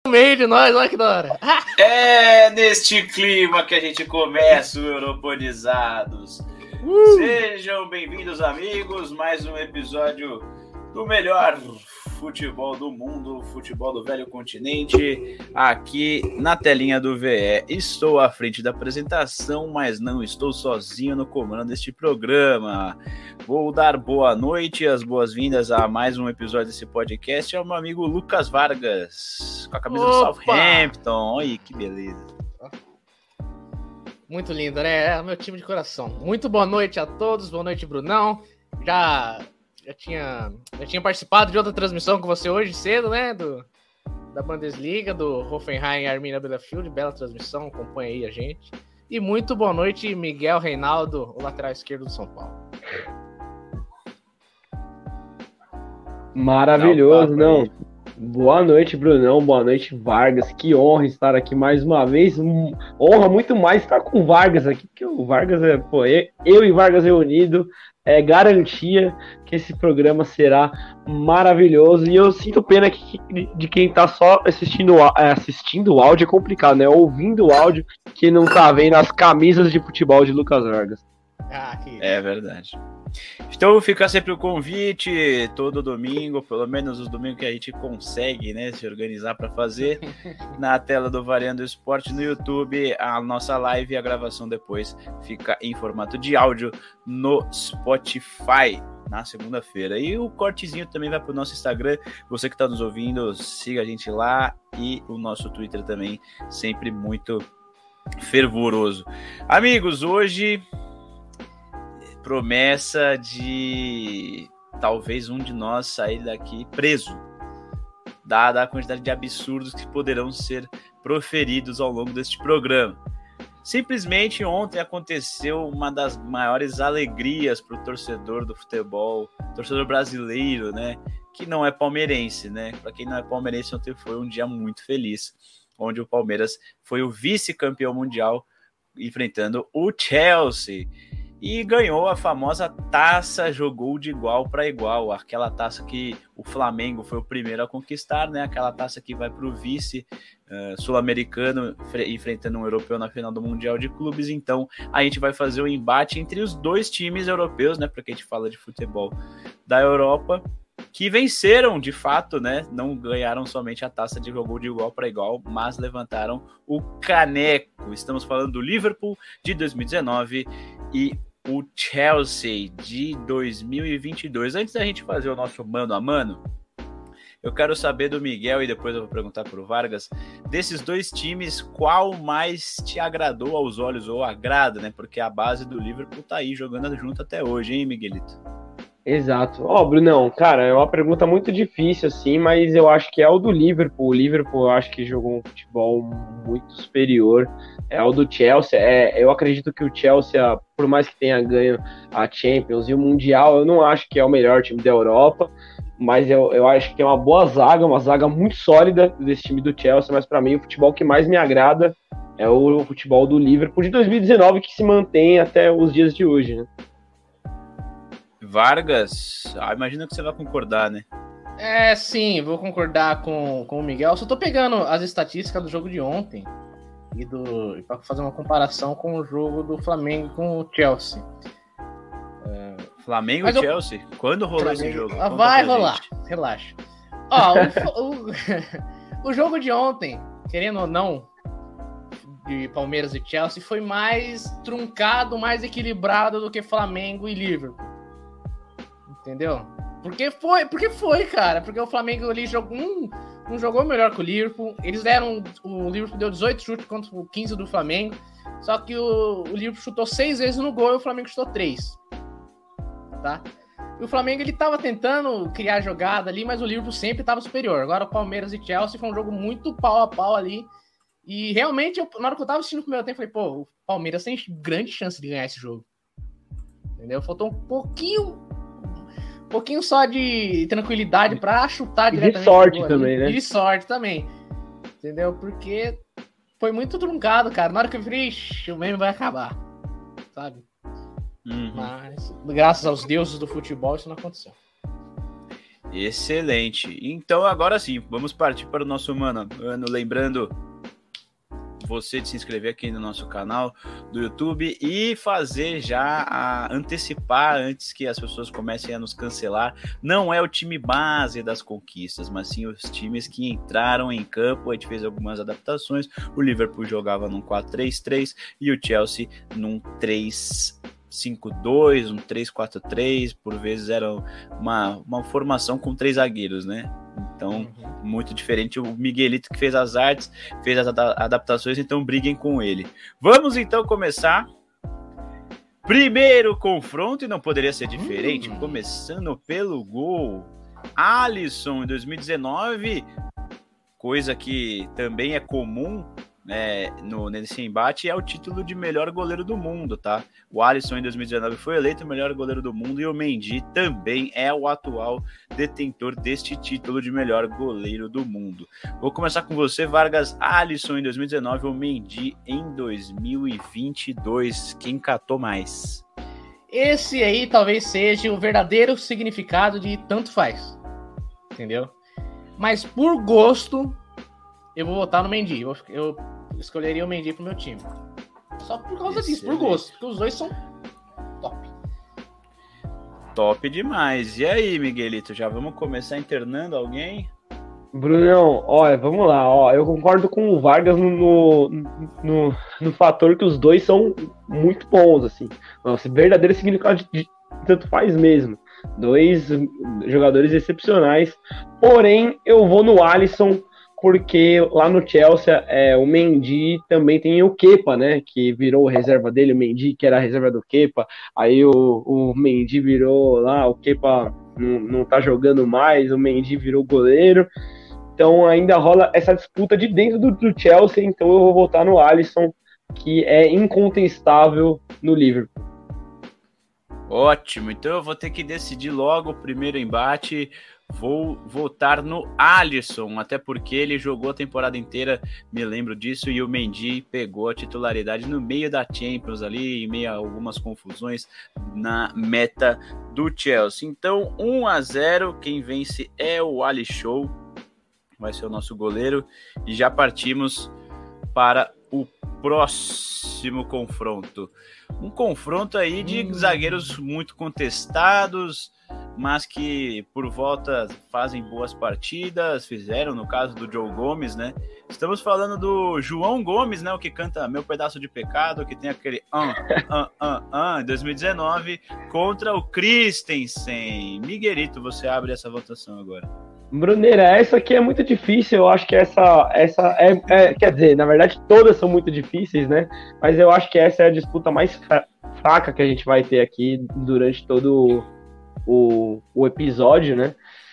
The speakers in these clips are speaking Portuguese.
meio de nós, olha que da hora. É neste clima que a gente começa o Europonizados. Sejam bem-vindos, amigos, mais um episódio do melhor futebol do mundo, futebol do velho continente, aqui na telinha do VE. Estou à frente da apresentação, mas não estou sozinho no comando deste programa. Vou dar boa noite e as boas-vindas a mais um episódio desse podcast ao meu amigo Lucas Vargas, com a camisa do Southampton. Olha que beleza. Muito lindo, né? É o meu time de coração. Muito boa noite a todos, boa noite, Brunão. Já tinha participado de outra transmissão com você hoje cedo, né? Da Bundesliga, do Hoffenheim e Arminia Bielefeld. Bela transmissão, acompanha aí a gente. E muito boa noite, Miguel Reinaldo, o lateral esquerdo do São Paulo. Maravilhoso, não. Boa noite, Brunão. Boa noite, Vargas. Que honra estar aqui mais uma vez. Honra muito mais estar com o Vargas aqui, porque o Vargas eu e Vargas reunido é garantia que esse programa será maravilhoso. E eu sinto pena de quem tá só assistindo o áudio, é complicado, né? Ouvindo o áudio, que não tá vendo as camisas de futebol de Lucas Vargas. É verdade. Então fica sempre o convite, todo domingo, pelo menos os domingos que a gente consegue, né, se organizar para fazer, na tela do Variando Esporte no YouTube, a nossa live e a gravação depois fica em formato de áudio no Spotify na segunda-feira. E o cortezinho também vai para o nosso Instagram. Você que está nos ouvindo, siga a gente lá, e o nosso Twitter também, sempre muito fervoroso. Amigos, hoje promessa de talvez um de nós sair daqui preso, dada a quantidade de absurdos que poderão ser proferidos ao longo deste programa. Simplesmente ontem aconteceu uma das maiores alegrias para o torcedor do futebol, torcedor brasileiro, né, que não é palmeirense, né? Para quem não é palmeirense, ontem foi um dia muito feliz, onde o Palmeiras foi o vice-campeão mundial enfrentando o Chelsea. E ganhou a famosa taça, jogou de igual para igual, aquela taça que o Flamengo foi o primeiro a conquistar, né? Aquela taça que vai para o vice sul-americano enfrentando um europeu na final do Mundial de Clubes. Então a gente vai fazer um embate entre os dois times europeus, né? Porque a gente fala de futebol da Europa, que venceram de fato, né? Não ganharam somente a taça de jogou de igual para igual, mas levantaram o caneco. Estamos falando do Liverpool de 2019 e o Chelsea de 2022. Antes da gente fazer o nosso mano a mano, eu quero saber do Miguel, e depois eu vou perguntar para o Vargas, desses dois times, qual mais te agradou aos olhos, ou agrada, né? Porque a base do Liverpool tá aí jogando junto até hoje, hein, Miguelito? Exato. Brunão, cara, é uma pergunta muito difícil, assim, mas eu acho que é o do Liverpool. O Liverpool, eu acho que jogou um futebol muito superior ao do Chelsea. Eu acredito que o Chelsea, por mais que tenha ganho a Champions e o Mundial, eu não acho que é o melhor time da Europa, mas eu acho que tem uma boa zaga, uma zaga muito sólida desse time do Chelsea, mas para mim o futebol que mais me agrada é o futebol do Liverpool de 2019, que se mantém até os dias de hoje, né? Vargas, imagino que você vai concordar, né? Sim, vou concordar com o Miguel. Só tô pegando as estatísticas do jogo de ontem e para fazer uma comparação com o jogo do Flamengo com o Chelsea. Flamengo e Chelsea? Quando rolou esse jogo? Vai rolar, relaxa. O jogo de ontem, querendo ou não, de Palmeiras e Chelsea, foi mais truncado, mais equilibrado do que Flamengo e Liverpool. Entendeu? Porque foi, cara. Porque o Flamengo ali não jogou melhor que o Liverpool. O Liverpool deu 18 chutes contra o 15 do Flamengo. Só que o Liverpool chutou 6 vezes no gol e o Flamengo chutou 3. Tá? E o Flamengo, ele tava tentando criar jogada ali, mas o Liverpool sempre tava superior. Agora o Palmeiras e Chelsea foi um jogo muito pau a pau ali. E realmente, na hora que eu tava assistindo o primeiro tempo, eu falei, o Palmeiras tem grande chance de ganhar esse jogo. Entendeu? Faltou um pouquinho só de tranquilidade pra chutar diretamente. De sorte também, né? E de sorte também. Entendeu? Porque foi muito truncado, cara. Na hora que eu falei, o meme vai acabar. Sabe? Mas, graças aos deuses do futebol, isso não aconteceu. Excelente. Então agora sim, vamos partir para o nosso mano. Lembrando você de se inscrever aqui no nosso canal do YouTube e fazer já antecipar antes que as pessoas comecem a nos cancelar. Não é o time base das conquistas, mas sim os times que entraram em campo. A gente fez algumas adaptações. O Liverpool jogava num 4-3-3 e o Chelsea num 3-5-2, um 3-4-3, por vezes era uma formação com 3 zagueiros, né? Então, muito diferente. O Miguelito que fez as artes, fez as adaptações, então briguem com ele. Vamos então começar. Primeiro confronto, e não poderia ser diferente, começando pelo gol. Alisson, em 2019, coisa que também é comum, né, nesse embate, é o título de melhor goleiro do mundo, tá? O Alisson em 2019 foi eleito o melhor goleiro do mundo e o Mendy também é o atual detentor deste título de melhor goleiro do mundo. Vou começar com você, Vargas. Alisson em 2019 ou Mendy em 2022? Quem catou mais? Esse aí talvez seja o verdadeiro significado de tanto faz, entendeu? Mas por gosto, eu vou votar no Mendy. Eu escolheria o Mendy pro meu time. Só por causa disso, por gosto. Porque os dois são top. Top demais. E aí, Miguelito, já vamos começar internando alguém? Brunão, olha, vamos lá. Ó, eu concordo com o Vargas no fator que os dois são muito bons, assim. Nossa, verdadeiro significado de tanto faz mesmo. Dois jogadores excepcionais. Porém, eu vou no Alisson, porque lá no Chelsea o Mendy também tem o Kepa, né, que virou reserva dele, o Mendy que era a reserva do Kepa, aí o Mendy virou lá, o Kepa não tá jogando mais, o Mendy virou goleiro, então ainda rola essa disputa de dentro do Chelsea, então eu vou votar no Alisson, que é incontestável no Liverpool. Ótimo, então eu vou ter que decidir logo o primeiro embate. Vou votar no Alisson, até porque ele jogou a temporada inteira, me lembro disso, e o Mendy pegou a titularidade no meio da Champions ali, em meio a algumas confusões na meta do Chelsea. Então, 1-0, quem vence é o Alisson, vai ser o nosso goleiro, e já partimos para o próximo confronto. Um confronto aí de zagueiros muito contestados, mas que por volta fazem boas partidas, fizeram no caso do Joe Gomes, né? Estamos falando do João Gomes, né? O que canta Meu Pedaço de Pecado, que tem aquele em 2019, contra o Christensen. Miguelito, você abre essa votação agora. Bruneira, essa aqui é muito difícil, eu acho que essa quer dizer, na verdade todas são muito difíceis, né? Mas eu acho que essa é a disputa mais fraca que a gente vai ter aqui durante todo o episódio, né?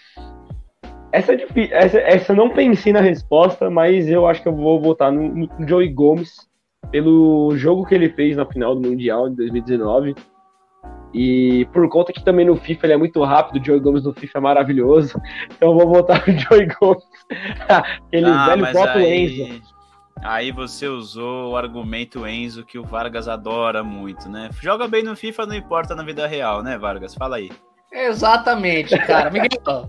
Essa é difícil, essa eu não pensei na resposta, mas eu acho que eu vou votar no Joey Gomes pelo jogo que ele fez na final do Mundial de 2019 e por conta que também no FIFA ele é muito rápido, o Joey Gomes no FIFA é maravilhoso, então eu vou votar no Joey Gomes, aquele velho voto Enzo. Aí você usou o argumento Enzo que o Vargas adora muito, né? Joga bem no FIFA, não importa na vida real, né, Vargas? Fala aí. Exatamente, cara. Miguel,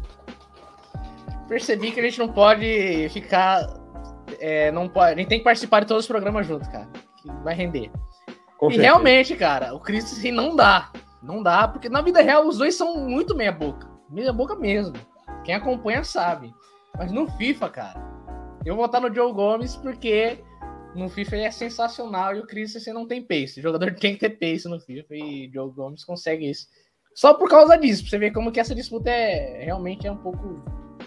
percebi que a gente não pode ficar... não pode, a gente tem que participar de todos os programas juntos, cara. Que vai render. Com e certeza. realmente, cara, o Christensen não dá. Não dá, porque na vida real os dois são muito meia boca. Meia boca mesmo. Quem acompanha sabe. Mas no FIFA, cara, eu vou votar no Joe Gomes porque no FIFA ele é sensacional e o Christensen não tem pace. O jogador tem que ter pace no FIFA e o Joe Gomes consegue isso. Só por causa disso, pra você ver como que essa disputa realmente é um pouco...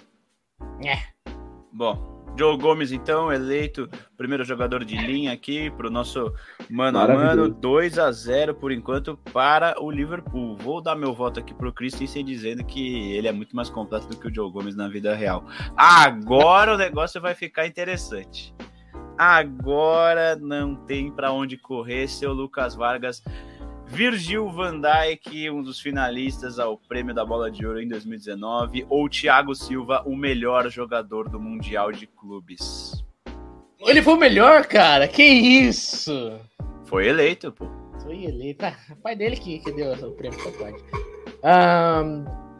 Bom, Joe Gomes, então, eleito primeiro jogador de linha aqui pro nosso mano a mano, 2-0 por enquanto para o Liverpool. Vou dar meu voto aqui pro Christensen dizendo que ele é muito mais completo do que o Joe Gomes na vida real. Agora o negócio vai ficar interessante. Agora não tem pra onde correr, seu Lucas Vargas. Virgil van Dijk, um dos finalistas ao Prêmio da Bola de Ouro em 2019, ou Thiago Silva, o melhor jogador do Mundial de Clubes? Ele foi o melhor, cara? Que isso? Foi eleito, pô. Foi eleito. O pai dele que deu o prêmio, só pode.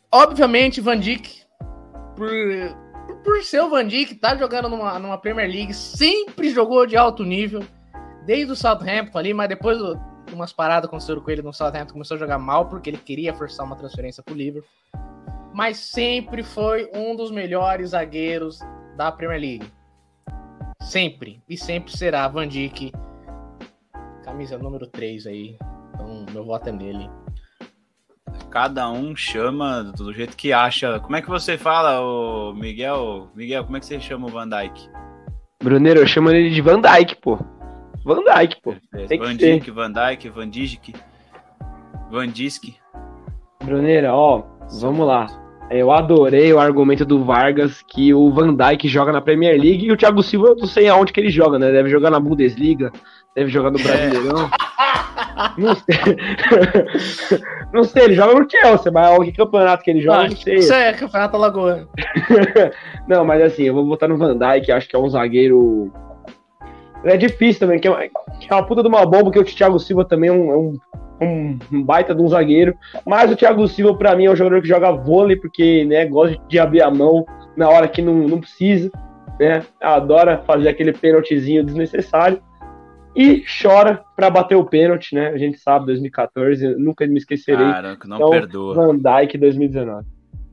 Obviamente, Van Dijk, por ser o Van Dijk, tá jogando numa Premier League, sempre jogou de alto nível, desde o Southampton ali, mas depois de umas paradas aconteceram com ele no Southampton, começou a jogar mal, porque ele queria forçar uma transferência pro Liverpool, mas sempre foi um dos melhores zagueiros da Premier League. Sempre. E sempre será Van Dijk, camisa número 3 aí. Então, meu voto é nele. Cada um chama do jeito que acha. Como é que você fala, ô Miguel? Miguel, como é que você chama o Van Dijk? Bruneiro, eu chamo ele de Van Dijk, pô. Van Dijk, pô. Van Dijk, Van Dijk, Van Dijk, Van Dijk. Bruneiro, ó, vamos lá. Eu adorei o argumento do Vargas que o Van Dijk joga na Premier League e o Thiago Silva, eu não sei aonde que ele joga, né? Deve jogar na Bundesliga, deve jogar no Brasileirão. Não sei. Não sei, ele joga no Chelsea, mas que campeonato que ele joga, não sei. Isso é campeonato alagoano. Não, mas assim, eu vou botar no Van Dijk, acho que é um zagueiro. É difícil também, que é uma puta de uma bomba, porque o Thiago Silva também é um baita de um zagueiro. Mas o Thiago Silva, pra mim, é um jogador que joga vôlei, porque, né, gosta de abrir a mão na hora que não precisa, né? Adora fazer aquele pênaltizinho desnecessário. E chora pra bater o pênalti, né? A gente sabe, 2014, eu nunca me esquecerei. Cara, que não então, perdoa. Van Dijk 2019.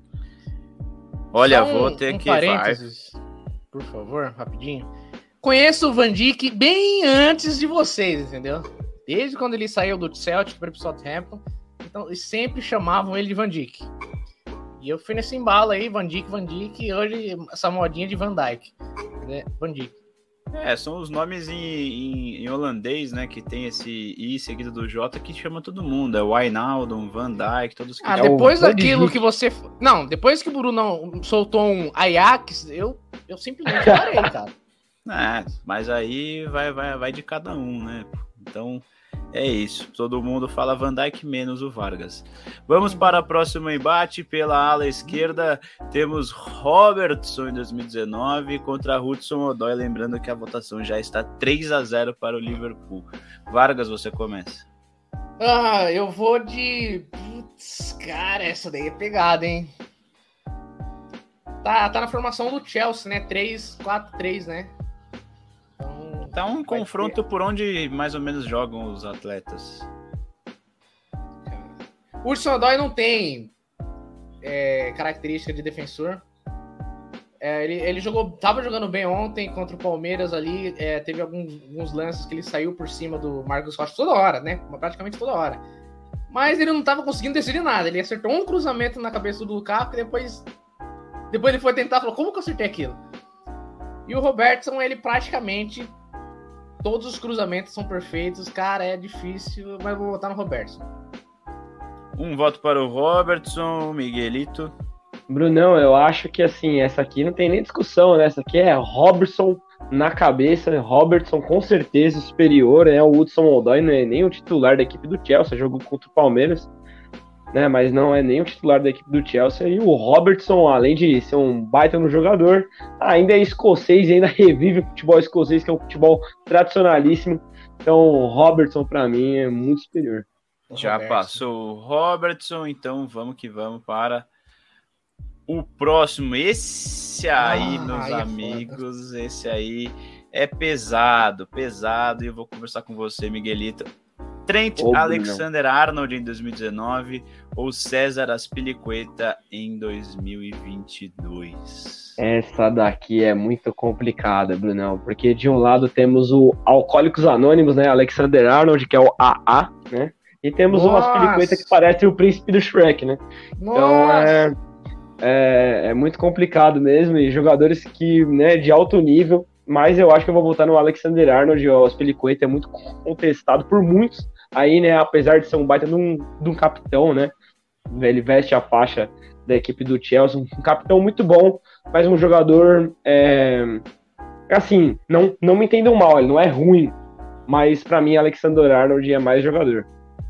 Olha, vou ter que... Por favor, rapidinho. Conheço o Van Dijk bem antes de vocês, entendeu? Desde quando ele saiu do Celtic para o Southampton, então eles sempre chamavam ele de Van Dijk. E eu fui nesse embalo aí, Van Dijk, e hoje essa modinha de Van Dijk, né? Van Dijk. São os nomes em holandês, né, que tem esse I seguido do J que chama todo mundo. É o Wijnaldum, Van Dijk, todos que... depois daquilo que você... Não, depois que o Bruno soltou um Ajax, eu simplesmente parei, cara. Mas aí vai de cada um, né? Então, é isso. Todo mundo fala Van Dijk, menos o Vargas. Vamos para o próximo embate. Pela ala esquerda, temos Robertson em 2019 contra Hudson-Odoi. Lembrando que a votação já está 3-0 para o Liverpool. Vargas, você começa. Eu vou de... Putz, cara, essa daí é pegada, hein? Tá na formação do Chelsea, né? 3-4-3, né? Tá um confronto por onde mais ou menos jogam os atletas. O Hudson-Odoi não tem característica de defensor. Ele tava jogando bem ontem contra o Palmeiras ali. Teve alguns lances que ele saiu por cima do Marcos Rocha toda hora, né? Praticamente toda hora. Mas ele não tava conseguindo decidir nada. Ele acertou um cruzamento na cabeça do Lukaku e depois ele foi tentar e falou: como que eu acertei aquilo? E o Robertson, ele praticamente... Todos os cruzamentos são perfeitos. Cara, é difícil, mas vou votar no Robertson. Um voto para o Robertson, Miguelito. Brunão, eu acho que assim, essa aqui não tem nem discussão, né? Essa aqui é Robertson na cabeça. Robertson com certeza superior, né? O Hudson-Odoi não é nem o titular da equipe do Chelsea, jogou contra o Palmeiras, né? Mas não é nem o titular da equipe do Chelsea. E o Robertson, além de ser um baita no jogador, ainda é escocês e ainda revive o futebol escocês, que é um futebol tradicionalíssimo. Então o Robertson, pra mim, é muito superior. Já passou o Robertson, então vamos que vamos para o próximo. Esse aí, meus amigos, esse aí é pesado, e eu vou conversar com você, Miguelito. Trent Alexander-Arnold em 2019 ou César Azpilicueta em 2022? Essa daqui é muito complicada, Brunão, porque de um lado temos o Alcoólicos Anônimos, né, Alexander-Arnold, que é o AA, né, e temos o Azpilicueta que parece o príncipe do Shrek, né. Então é muito complicado mesmo, e jogadores que, né, de alto nível, mas eu acho que eu vou voltar no Alexander-Arnold. O Azpilicueta é muito contestado por muitos, aí, né, apesar de ser um baita de um capitão, né, ele veste a faixa da equipe do Chelsea, um capitão muito bom, mas um jogador, assim, não me entendam mal, ele não é ruim, mas pra mim Alexander-Arnold é mais jogador.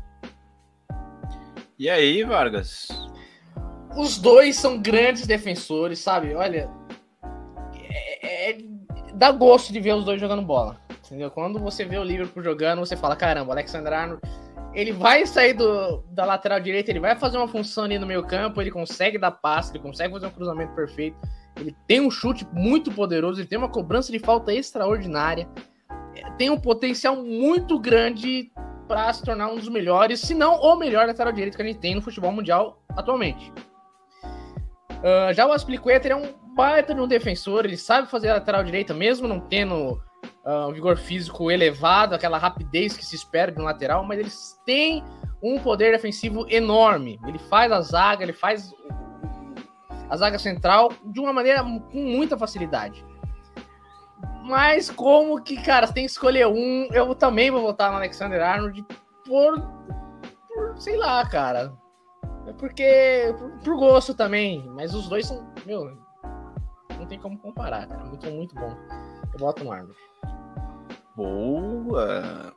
E aí, Vargas? Os dois são grandes defensores, sabe? Olha, dá gosto de ver os dois jogando bola, entendeu? Quando você vê o Liverpool jogando, você fala, caramba, o Alexander-Arnold, ele vai sair da lateral direita, ele vai fazer uma função ali no meio campo, ele consegue dar passe, ele consegue fazer um cruzamento perfeito, ele tem um chute muito poderoso, ele tem uma cobrança de falta extraordinária, tem um potencial muito grande para se tornar um dos melhores, se não o melhor lateral direito que a gente tem no futebol mundial atualmente. Já o Azpilicueta, ele é um baita de um defensor, ele sabe fazer a lateral direita, mesmo não tendo um vigor físico elevado, aquela rapidez que se espera de um lateral, mas eles têm um poder defensivo enorme. Ele faz a zaga, ele faz a zaga central de uma maneira com muita facilidade. Mas como que, cara, você tem que escolher um, eu também vou votar no Alexander Arnold por sei lá, cara. É porque, por gosto também, mas os dois são, não tem como comparar, cara, muito, muito bom. Eu voto no Arnold. Boa!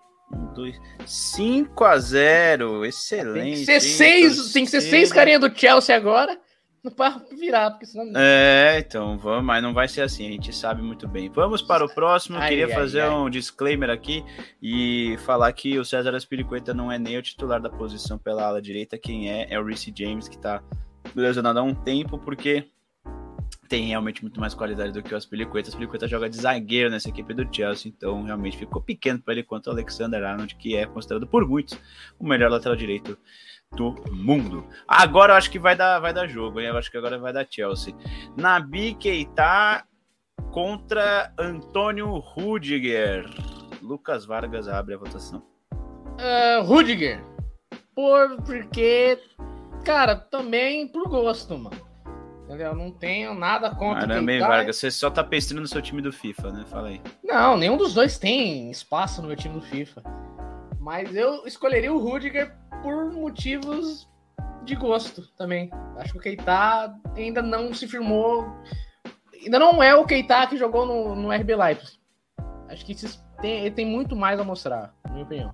5-0, excelente. Tem que ser seis carinha do Chelsea agora para virar, porque senão... então vamos, mas não vai ser assim, a gente sabe muito bem. Vamos para o próximo, queria fazer um disclaimer aqui e falar que o César Azpilicueta não é nem o titular da posição pela ala direita, quem é o Reece James, que está lesionado há um tempo, porque tem realmente muito mais qualidade do que o Azpilicueta. O Azpilicueta joga de zagueiro nessa equipe do Chelsea, então realmente ficou pequeno para ele quanto o Alexander Arnold, que é considerado por muitos o melhor lateral direito do mundo. Agora eu acho que vai dar jogo, hein? Eu acho que agora vai dar Chelsea. Naby Keita contra Antônio Rudiger. Lucas Vargas abre a votação. Rudiger. Porque, cara, também por gosto, mano. Entendeu? Não tenho nada contra o Keita. Vargas, você só tá pensando no seu time do FIFA, né? Fala aí. Não, nenhum dos dois tem espaço no meu time do FIFA. Mas eu escolheria o Rudiger por motivos de gosto também. Acho que o Keita ainda não se firmou. Ainda não é o Keita que jogou no RB Leipzig. Acho que ele tem muito mais a mostrar, na minha opinião.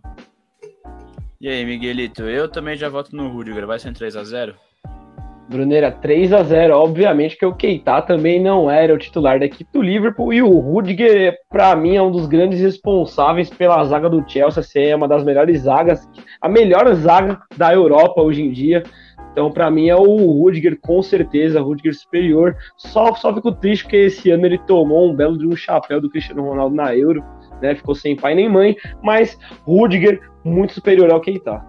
E aí, Miguelito? Eu também já voto no Rudiger. Vai ser um 3-0? Bruneira, 3-0. Obviamente que o Keita também não era o titular da equipe do Liverpool, e o Rudiger, para mim, é um dos grandes responsáveis pela zaga do Chelsea ser uma das melhores zagas, a melhor zaga da Europa hoje em dia. Então, para mim, é o Rudiger, com certeza, Rudiger superior. Só fico triste porque esse ano ele tomou um belo de um chapéu do Cristiano Ronaldo na Euro, né? Ficou sem pai nem mãe, mas Rudiger muito superior ao Keita.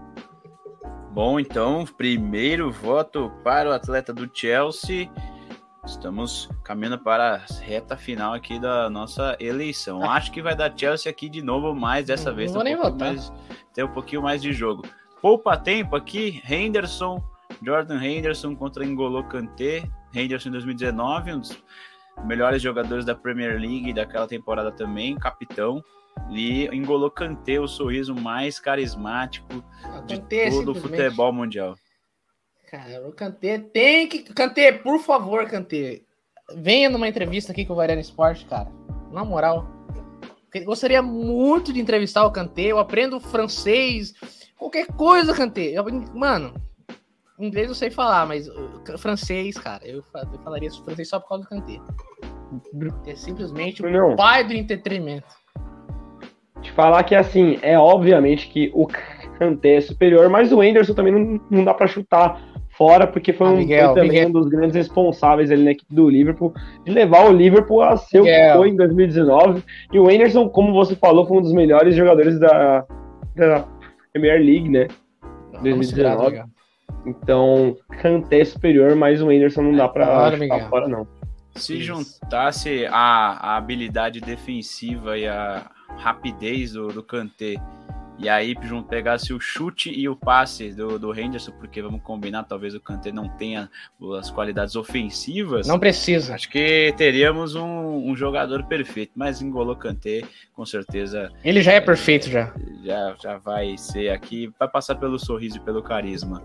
Bom, então, primeiro voto para o atleta do Chelsea. Estamos caminhando para a reta final aqui da nossa eleição. Acho que vai dar Chelsea aqui de novo, mas dessa vez tem um pouquinho mais de jogo. Poupa tempo aqui, Jordan Henderson contra N'Golo Kanté. Henderson em 2019, um dos melhores jogadores da Premier League daquela temporada também, capitão. E N'Golo Kanté, o sorriso mais carismático de todo o futebol mundial. Cara, o Kanté Kanté, por favor, Kanté, venha numa entrevista aqui com o Varela Esporte, cara. Na moral. Eu gostaria muito de entrevistar o Kanté. Eu aprendo francês, qualquer coisa, Kanté. Mano, inglês eu sei falar, mas francês, cara, eu falaria francês só por causa do Kanté. É simplesmente o pai do entretenimento. Te falar que, assim, é obviamente que o Kanté é superior, mas o Henderson também não dá pra chutar fora, porque foi também um dos grandes responsáveis ali na equipe do Liverpool, de levar o Liverpool a ser o que foi em 2019. E o Henderson, como você falou, foi um dos melhores jogadores da Premier League, né? 2019. Então, Kanté é superior, mas o Henderson não dá pra chutar fora, não. Se juntasse a habilidade defensiva e a rapidez do Kanté, e aí pegasse o chute e o passe do Henderson, porque vamos combinar, talvez o Kanté não tenha as qualidades ofensivas. Não precisa. Acho que teríamos um jogador perfeito, mas N'Golo Kanté, com certeza... Ele já é perfeito, já. Já vai ser aqui, vai passar pelo sorriso e pelo carisma.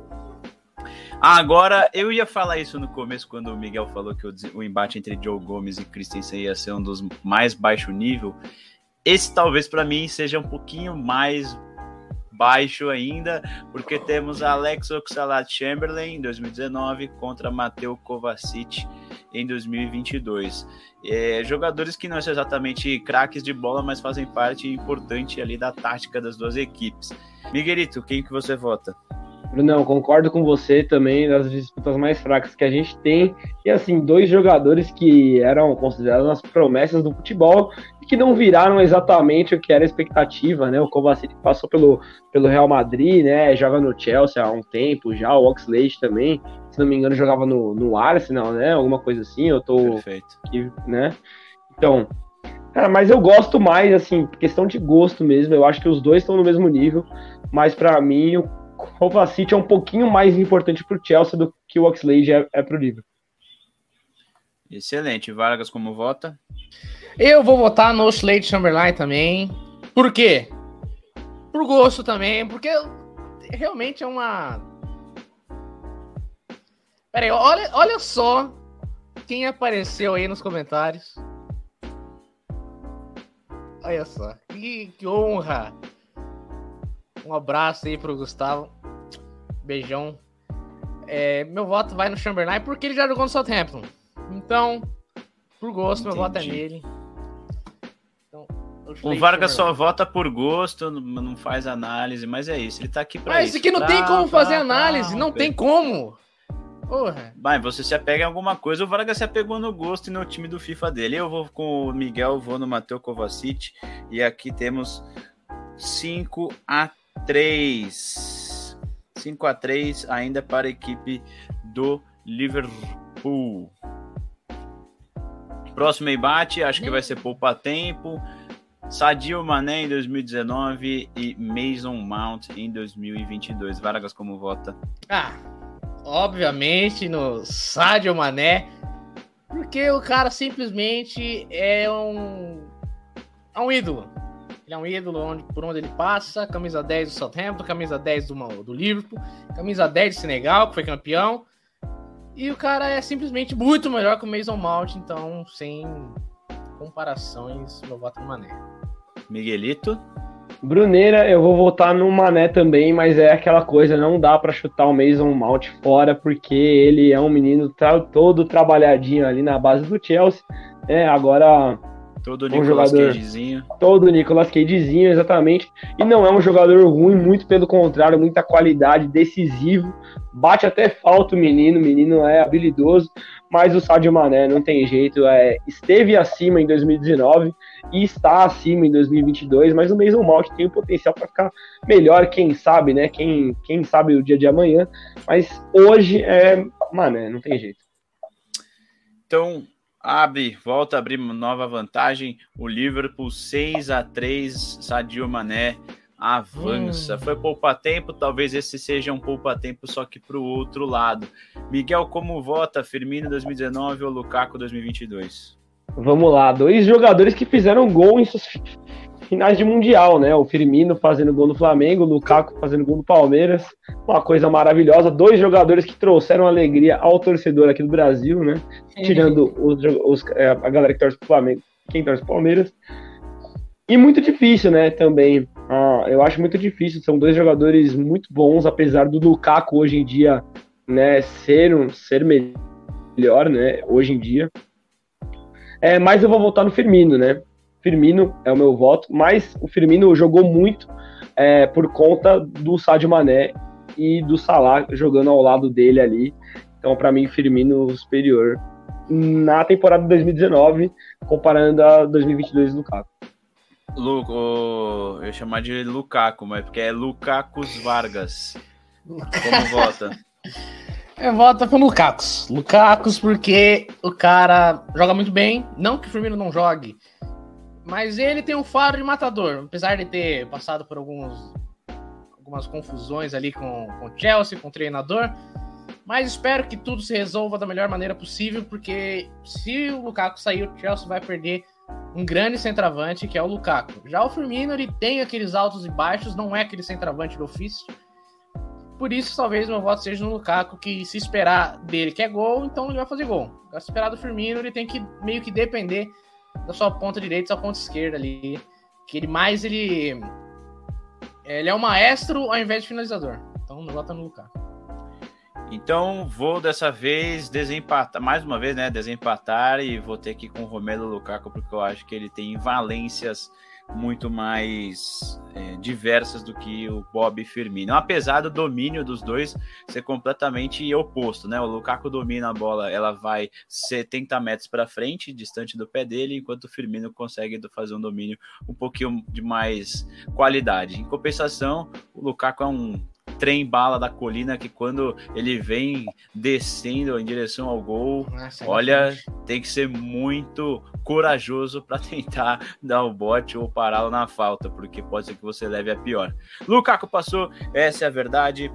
Agora, eu ia falar isso no começo, quando o Miguel falou que o embate entre Joe Gomes e Christensen ia ser um dos mais baixo nível. Esse talvez para mim seja um pouquinho mais baixo ainda, porque temos Alex Oxlade-Chamberlain em 2019 contra Mateo Kovacic em 2022. Jogadores que não são exatamente craques de bola, mas fazem parte importante ali da tática das duas equipes. Miguelito, quem que você vota? Brunão, concordo com você também, das disputas mais fracas que a gente tem. E assim, dois jogadores que eram considerados as promessas do futebol e que não viraram exatamente o que era a expectativa, né? O Kovacic passou pelo Real Madrid, né? Joga no Chelsea há um tempo já, o Oxlade também, se não me engano, jogava no Arsenal, né? Alguma coisa assim, eu tô... Perfeito. Aqui, né? Então, cara, mas eu gosto mais, assim, questão de gosto mesmo, eu acho que os dois estão no mesmo nível, mas pra mim o Kovacic é um pouquinho mais importante pro Chelsea do que o Oxlade é pro Liverpool. Excelente. Vargas, como vota? Eu vou votar no Oxlade-Chamberlain também. Por quê? Por gosto também, porque realmente é uma... Pera aí, olha só quem apareceu aí nos comentários. Olha só, que honra. Um abraço aí pro Gustavo. Beijão. Meu voto vai no Chamberlain porque ele já jogou no Southampton. Então, por gosto, meu voto é nele. Então, o Vargas só vota por gosto, não faz análise, mas é isso. Ele tá aqui pra isso. Mas isso aqui não tem como fazer análise, não tem como. Porra. Mas você se apega em alguma coisa, o Vargas se apegou no gosto e no time do FIFA dele. Eu vou com o Miguel, vou no Matheus Kovacic. E aqui temos 5-3. 5-3 ainda para a equipe do Liverpool. Próximo embate, acho que vai ser poupa-tempo. Sadio Mané em 2019 e Mason Mount em 2022. Vargas, como vota? Obviamente no Sadio Mané, porque o cara simplesmente é um ídolo. Ele é um ídolo por onde ele passa. Camisa 10 do Southampton, camisa 10 do Liverpool, camisa 10 do Senegal, que foi campeão. E o cara é simplesmente muito melhor que o Mason Mount, então, sem comparações, meu voto no Mané. Miguelito? Bruneira, eu vou votar no Mané também, mas é aquela coisa, não dá pra chutar o Mason Mount fora, porque ele é um menino todo trabalhadinho ali na base do Chelsea, agora... Todo Nicolas Cagezinho. Todo Nicolas Cagezinho, exatamente. E não é um jogador ruim, muito pelo contrário, muita qualidade, decisivo. Bate até falta o menino é habilidoso, mas o Sadio Mané não tem jeito. Esteve acima em 2019 e está acima em 2022, mas o Mason Mount tem o potencial para ficar melhor, quem sabe, né? Quem sabe o dia de amanhã. Mas hoje Mané, não tem jeito. Então... volta a abrir uma nova vantagem. O Liverpool 6-3, Sadio Mané avança. Foi poupa-tempo, talvez esse seja um poupa-tempo, só que para o outro lado. Miguel, como vota? Firmino 2019 ou Lukaku 2022? Vamos lá, dois jogadores que fizeram gol em suas finais de Mundial, né? O Firmino fazendo gol no Flamengo, o Lukaku fazendo gol no Palmeiras. Uma coisa maravilhosa. Dois jogadores que trouxeram alegria ao torcedor aqui do Brasil, né? Tirando a galera que torce pro Flamengo, quem torce pro Palmeiras. E muito difícil, né? Também. Eu acho muito difícil. São dois jogadores muito bons, apesar do Lukaku hoje em dia, né, ser melhor, né? Hoje em dia. Mas eu vou votar no Firmino, né? Firmino é o meu voto, mas o Firmino jogou muito por conta do Sadio Mané e do Salah jogando ao lado dele ali. Então, para mim, Firmino superior na temporada de 2019, comparando a 2022 do Lukaku. Eu ia chamar de Lukaku, mas porque é Lukakus Vargas. Como vota? Eu voto pro Lukakus porque o cara joga muito bem. Não que o Firmino não jogue, mas ele tem um faro de matador. Apesar de ter passado por algumas confusões ali com o Chelsea, com o treinador. Mas espero que tudo se resolva da melhor maneira possível, porque se o Lukaku sair, o Chelsea vai perder um grande centroavante, que é o Lukaku. Já o Firmino, ele tem aqueles altos e baixos, não é aquele centroavante do ofício. Por isso, talvez meu voto seja no Lukaku, que se esperar dele que é gol, então ele vai fazer gol. Se esperar do Firmino, ele tem que meio que depender da sua ponta direita e sua ponta esquerda ali. Que ele é um maestro ao invés de finalizador. Então, meu voto é no Lukaku. Então, vou dessa vez desempatar, mais uma vez, né, desempatar, e vou ter que ir com o Romelu Lukaku, porque eu acho que ele tem valências muito mais diversas do que o Bob Firmino, apesar do domínio dos dois ser completamente oposto, né? O Lukaku domina a bola, ela vai 70 metros para frente, distante do pé dele, enquanto o Firmino consegue fazer um domínio um pouquinho de mais qualidade. Em compensação, o Lukaku é um trem-bala da colina que quando ele vem descendo em direção ao gol, olha, tem que ser muito corajoso para tentar dar o bote ou pará-lo na falta, porque pode ser que você leve a pior. Lukaku passou, essa é a verdade.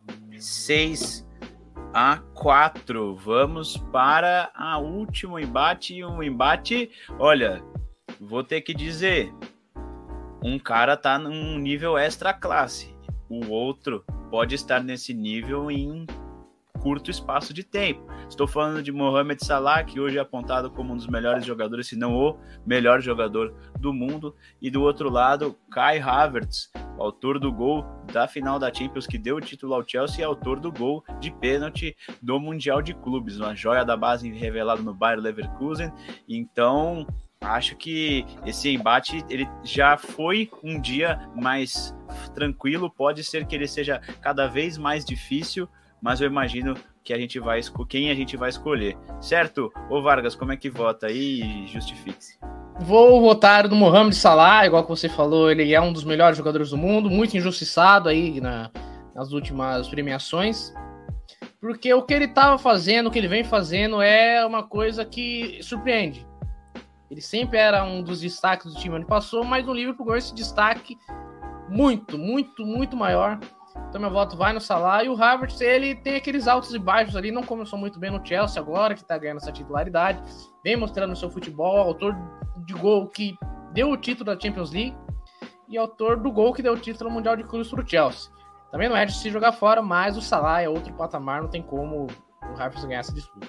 6-4. Vamos para a último embate, olha, vou ter que dizer, um cara tá num nível extra classe, o outro pode estar nesse nível em um curto espaço de tempo. Estou falando de Mohamed Salah, que hoje é apontado como um dos melhores jogadores, se não o melhor jogador do mundo. E do outro lado, Kai Havertz, o autor do gol da final da Champions, que deu o título ao Chelsea, e autor do gol de pênalti do Mundial de Clubes, uma joia da base revelada no Bayer Leverkusen. Então, acho que esse embate ele já foi um dia mais tranquilo, pode ser que ele seja cada vez mais difícil, mas eu imagino que quem a gente vai escolher, certo? Ô Vargas, como é que vota aí? Justifique-se. Vou votar no Mohamed Salah, igual que você falou, ele é um dos melhores jogadores do mundo, muito injustiçado aí nas últimas premiações, porque o que ele estava fazendo, o que ele vem fazendo é uma coisa que surpreende. Ele sempre era um dos destaques do time ano passado, mas no Liverpool ganhou esse destaque muito, muito, muito maior. Então meu voto vai no Salah. E o Havertz, ele tem aqueles altos e baixos ali, não começou muito bem no Chelsea agora, que tá ganhando essa titularidade, vem mostrando o seu futebol, autor de gol que deu o título da Champions League e autor do gol que deu o título mundial de clubes pro Chelsea. Também não é de se jogar fora, mas o Salah é outro patamar, não tem como o Havertz ganhar essa disputa.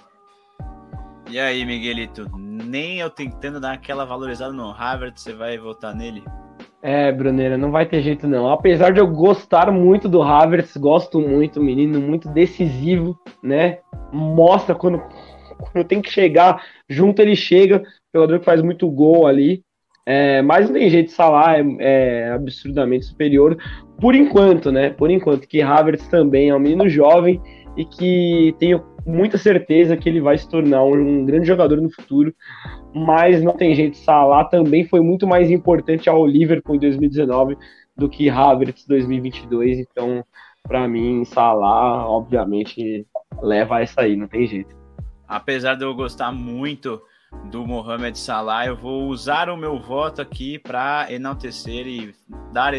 E aí, Miguelito, nem eu tentando dar aquela valorizada no Havertz, você vai votar nele? Bruneira, não vai ter jeito não. Apesar de eu gostar muito do Havertz, gosto muito, menino muito decisivo, né? Mostra quando tem que chegar, junto ele chega, jogador que faz muito gol ali. Mas não tem jeito, Salah é absurdamente superior, por enquanto, né? Por enquanto, que Havertz também é um menino jovem e que tenho muita certeza que ele vai se tornar um grande jogador no futuro, mas não tem jeito, Salah também foi muito mais importante ao Liverpool em 2019 do que Havertz em 2022, então para mim Salah obviamente leva essa aí, não tem jeito. Apesar de eu gostar muito do Mohamed Salah, eu vou usar o meu voto aqui para enaltecer e dar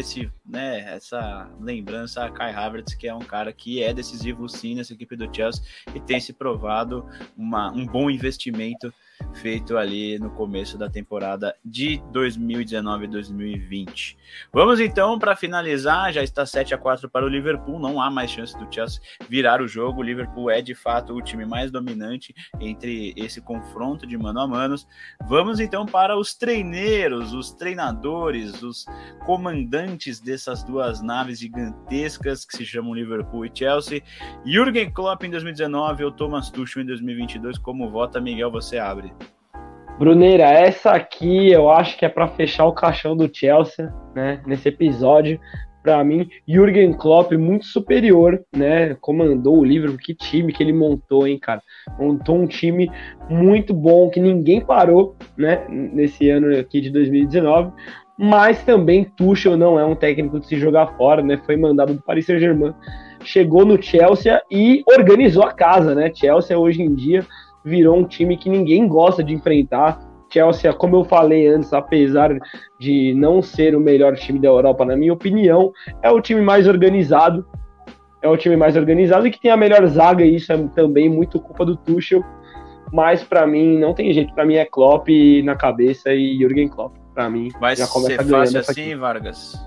essa lembrança a Kai Havertz, que é um cara que é decisivo sim nessa equipe do Chelsea e tem se provado um bom investimento feito ali no começo da temporada de 2019 e 2020. Vamos então para finalizar, já está 7-4 para o Liverpool, não há mais chance do Chelsea virar o jogo, o Liverpool é de fato o time mais dominante entre esse confronto de mano a manos. Vamos então para os treineiros, os treinadores, os comandantes dessas duas naves gigantescas que se chamam Liverpool e Chelsea. Jürgen Klopp em 2019 ou Thomas Tuchel em 2022, como vota, Miguel, você abre. Bruneira, essa aqui eu acho que é para fechar o caixão do Chelsea, né? Nesse episódio, para mim, Jürgen Klopp muito superior, né? Comandou o Liverpool, que time que ele montou, hein, cara? Montou um time muito bom, que ninguém parou, né? Nesse ano aqui de 2019. Mas também Tuchel não é um técnico de se jogar fora, né? Foi mandado do Paris Saint-Germain, chegou no Chelsea e organizou a casa, né? Chelsea hoje em dia virou um time que ninguém gosta de enfrentar. Chelsea, como eu falei antes, apesar de não ser o melhor time da Europa, na minha opinião, é o time mais organizado. É o time mais organizado e que tem a melhor zaga, e isso é também muito culpa do Tuchel. Mas para mim não tem jeito, para mim é Klopp na cabeça e Jürgen Klopp. Para mim vai já começa ser fácil assim, aqui. Vargas?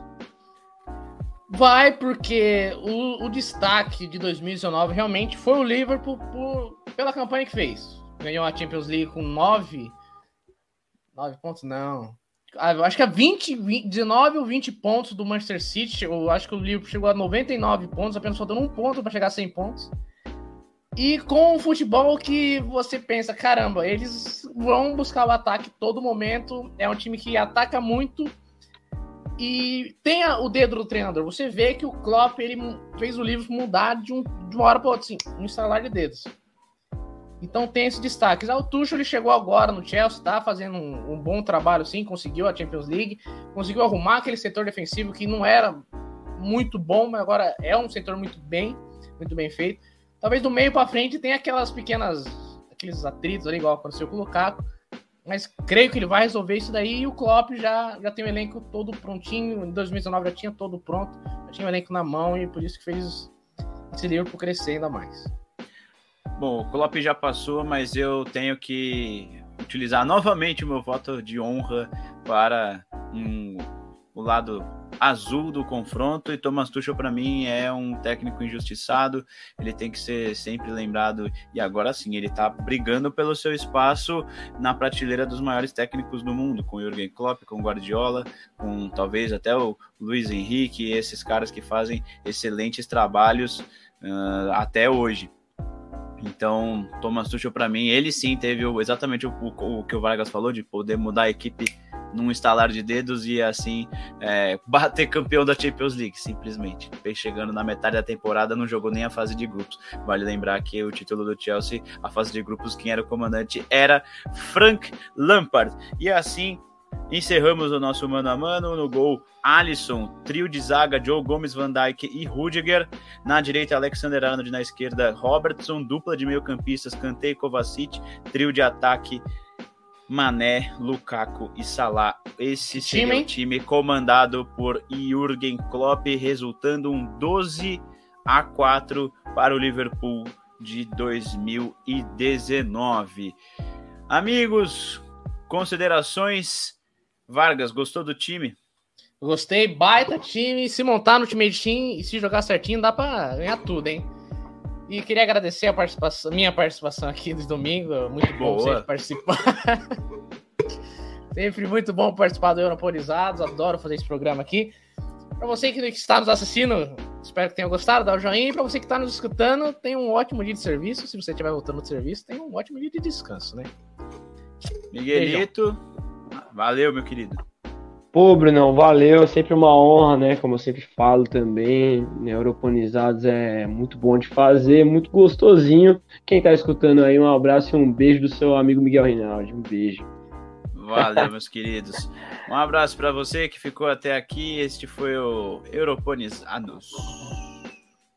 Vai, porque o destaque de 2019 realmente foi o Liverpool pela campanha que fez. Ganhou a Champions League com 9 pontos, não. Eu acho que é 19 ou 20 pontos do Manchester City. Eu acho que o Liverpool chegou a 99 pontos, apenas faltando um ponto para chegar a 100 pontos. E com um futebol que você pensa, caramba, eles vão buscar o ataque todo momento. É um time que ataca muito e tem o dedo do treinador. Você vê que o Klopp ele fez o Liverpool mudar de uma hora para outra, assim, um estalar de dedos. Então tem esse destaque. O Tuchel ele chegou agora no Chelsea, tá fazendo um bom trabalho, sim, conseguiu a Champions League, conseguiu arrumar aquele setor defensivo que não era muito bom, mas agora é um setor muito bem feito. Talvez do meio para frente tenha aqueles atritos ali, igual aconteceu com o Lukaku, mas creio que ele vai resolver isso daí e o Klopp já tem o elenco todo prontinho. Em 2019 já tinha todo pronto, já tinha o elenco na mão e por isso que fez esse Liverpool crescer ainda mais. Bom, o Klopp já passou, mas eu tenho que utilizar novamente o meu voto de honra para o lado azul do confronto, e Thomas Tuchel para mim é um técnico injustiçado, ele tem que ser sempre lembrado, e agora sim, ele tá brigando pelo seu espaço na prateleira dos maiores técnicos do mundo, com o Jürgen Klopp, com o Guardiola, com talvez até o Luiz Henrique, esses caras que fazem excelentes trabalhos até hoje. Então, Thomas Tuchel para mim, ele sim teve exatamente o que o Vargas falou, de poder mudar a equipe num estalar de dedos e assim bater campeão da Champions League, simplesmente. Chegando na metade da temporada, não jogou nem a fase de grupos. Vale lembrar que o título do Chelsea, a fase de grupos, quem era o comandante era Frank Lampard. E assim encerramos o nosso mano a mano. No gol, Alisson, trio de zaga, Joe Gomes, Van Dijk e Rudiger. Na direita, Alexander-Arnold, na esquerda, Robertson, dupla de meio-campistas, Kanté e Kovacic, trio de ataque, Mané, Lukaku e Salah. Esse seria o time comandado por Jürgen Klopp, resultando um 12-4 para o Liverpool de 2019. Amigos, considerações? Vargas, gostou do time? Gostei, baita time. Se montar no time de time e se jogar certinho, dá pra ganhar tudo, hein? E queria agradecer minha participação aqui no domingo. Muito bom sempre participar. Sempre muito bom participar do Europonizados. Adoro fazer esse programa aqui. Para você que está nos assistindo, espero que tenha gostado. Dá o joinha. E para você que está nos escutando, tenha um ótimo dia de serviço. Se você estiver voltando do serviço, tenha um ótimo dia de descanso, né? Miguelito, valeu, meu querido. Pô, Brunão, valeu, é sempre uma honra, né, como eu sempre falo também, né, Europonizados é muito bom de fazer, muito gostosinho. Quem tá escutando aí, um abraço e um beijo do seu amigo Miguel Rinaldi, um beijo. Valeu, meus queridos. Um abraço para você que ficou até aqui, este foi o Europonizados.